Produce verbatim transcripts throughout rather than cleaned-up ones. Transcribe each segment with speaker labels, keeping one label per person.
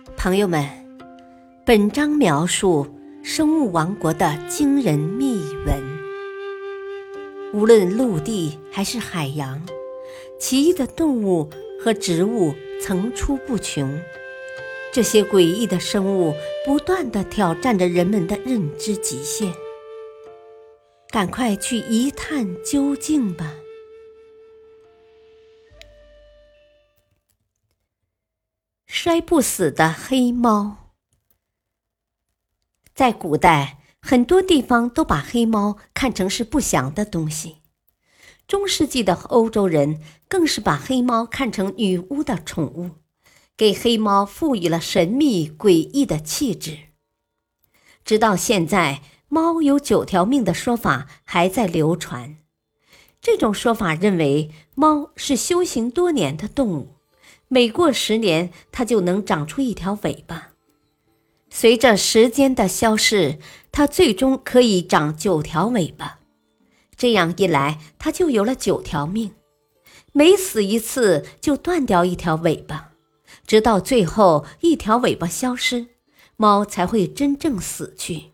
Speaker 1: 朋友们，本章描述生物王国的惊人秘闻。无论陆地还是海洋，奇异的动物和植物层出不穷。这些诡异的生物不断地挑战着人们的认知极限。赶快去一探究竟吧。摔不死的黑猫。在古代，很多地方都把黑猫看成是不祥的东西。中世纪的欧洲人更是把黑猫看成女巫的宠物，给黑猫赋予了神秘诡异的气质。直到现在，猫有九条命的说法还在流传。这种说法认为，猫是修行多年的动物，每过十年，它就能长出一条尾巴。随着时间的消逝，它最终可以长九条尾巴。这样一来，它就有了九条命，每死一次就断掉一条尾巴，直到最后一条尾巴消失，猫才会真正死去。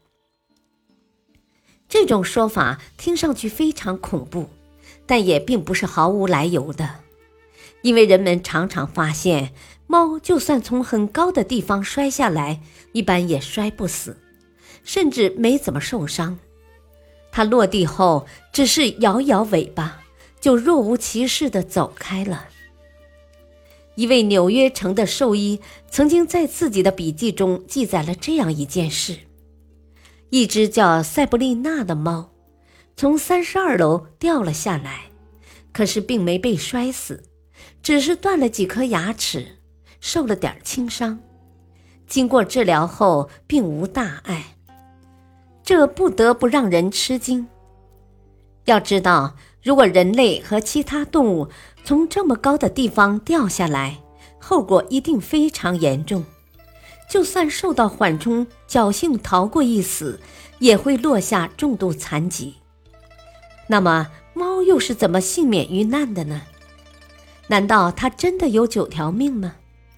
Speaker 1: 这种说法听上去非常恐怖，但也并不是毫无来由的。因为人们常常发现，猫就算从很高的地方摔下来，一般也摔不死，甚至没怎么受伤。它落地后只是摇摇尾巴，就若无其事地走开了。一位纽约城的兽医曾经在自己的笔记中记载了这样一件事：一只叫塞布丽娜的猫从三十二楼掉了下来，可是并没被摔死，只是断了几颗牙齿，受了点轻伤。经过治疗后并无大碍，这不得不让人吃惊。要知道，如果人类和其他动物从这么高的地方掉下来，后果一定非常严重。就算受到缓冲，侥幸逃过一死，也会落下重度残疾。那么，猫又是怎么幸免于难的呢？难道它真的有九条命吗？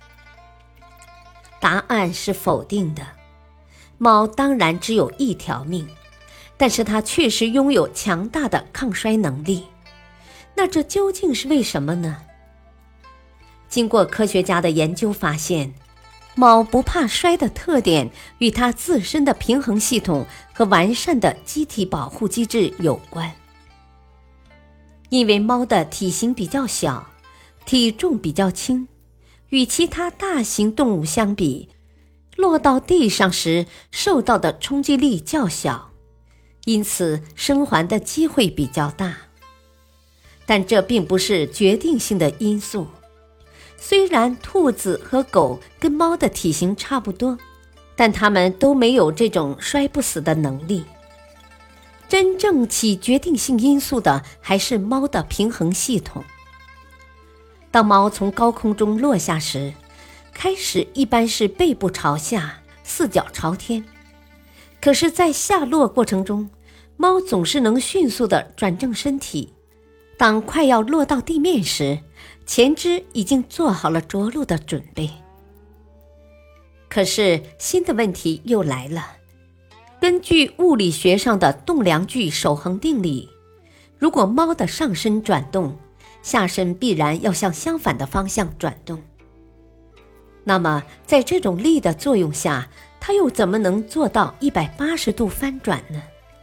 Speaker 1: 答案是否定的。猫当然只有一条命，但是它确实拥有强大的抗摔能力。那这究竟是为什么呢？经过科学家的研究发现，猫不怕摔的特点与它自身的平衡系统和完善的机体保护机制有关。因为猫的体型比较小，体重比较轻，与其他大型动物相比，落到地上时受到的冲击力较小，因此生还的机会比较大。但这并不是决定性的因素。虽然兔子和狗跟猫的体型差不多，但它们都没有这种摔不死的能力。真正起决定性因素的还是猫的平衡系统。当猫从高空中落下时，开始一般是背部朝下，四脚朝天。可是在下落过程中，猫总是能迅速地转正身体。当快要落到地面时，前肢已经做好了着陆的准备。可是新的问题又来了。根据物理学上的动量距守恒定理，如果猫的上身转动，下身必然要向相反的方向转动。那么在这种力的作用下，它又怎么能做到一百八十度翻转呢？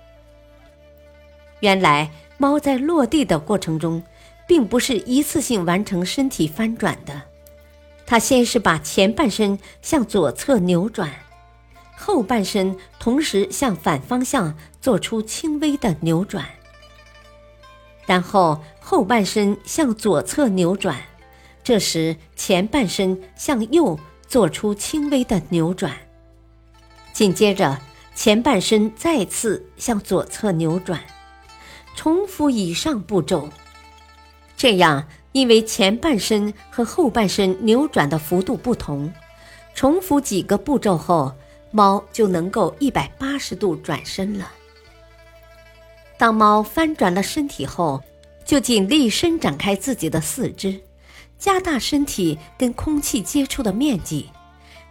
Speaker 1: 原来猫在落地的过程中并不是一次性完成身体翻转的，它先是把前半身向左侧扭转，后半身同时向反方向做出轻微的扭转，然后后半身向左侧扭转，这时前半身向右做出轻微的扭转，紧接着前半身再次向左侧扭转，重复以上步骤。这样，因为前半身和后半身扭转的幅度不同，重复几个步骤后，猫就能够一百八十度转身了。当猫翻转了身体后，就尽力伸展开自己的四肢，加大身体跟空气接触的面积，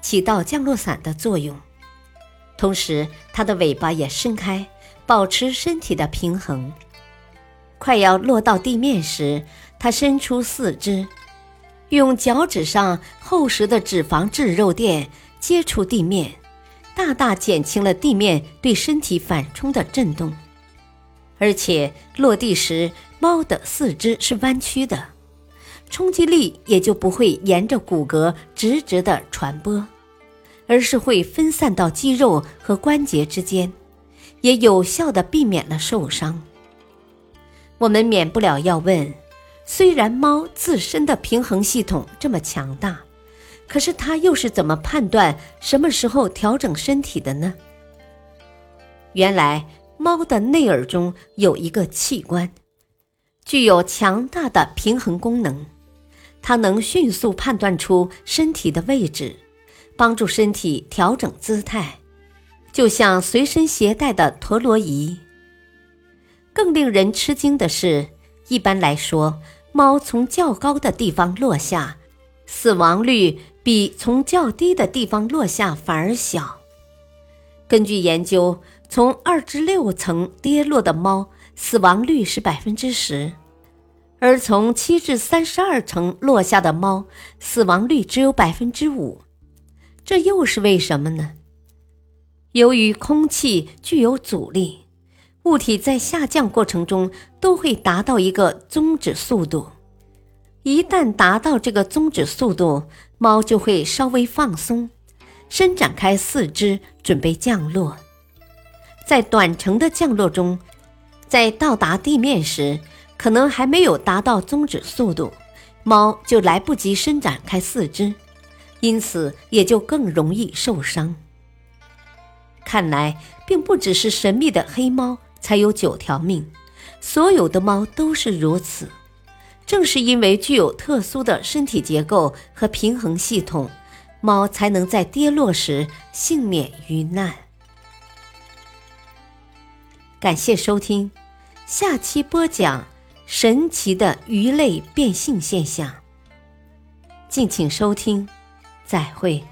Speaker 1: 起到降落伞的作用。同时，它的尾巴也伸开，保持身体的平衡。快要落到地面时，它伸出四肢，用脚趾上厚实的脂肪质肉垫接触地面，大大减轻了地面对身体反冲的震动。而且落地时，猫的四肢是弯曲的，冲击力也就不会沿着骨骼直直地传播，而是会分散到肌肉和关节之间，也有效地避免了受伤。我们免不了要问，虽然猫自身的平衡系统这么强大，可是它又是怎么判断什么时候调整身体的呢？原来，猫的内耳中有一个器官，具有强大的平衡功能，它能迅速判断出身体的位置，帮助身体调整姿态，就像随身携带的陀螺仪。更令人吃惊的是，一般来说，猫从较高的地方落下，死亡率比从较低的地方落下反而小。根据研究，从二至六层跌落的猫死亡率是 百分之十， 而从七至三十二层落下的猫死亡率只有 百分之五。 这又是为什么呢？由于空气具有阻力，物体在下降过程中都会达到一个终止速度，一旦达到这个终止速度，猫就会稍微放松，伸展开四肢准备降落。在短程的降落中，在到达地面时，可能还没有达到终止速度，猫就来不及伸展开四肢，因此也就更容易受伤。看来并不只是神秘的黑猫才有九条命，所有的猫都是如此。正是因为具有特殊的身体结构和平衡系统，猫才能在跌落时幸免于难。感谢收听，下期播讲神奇的鱼类变性现象。敬请收听，再会。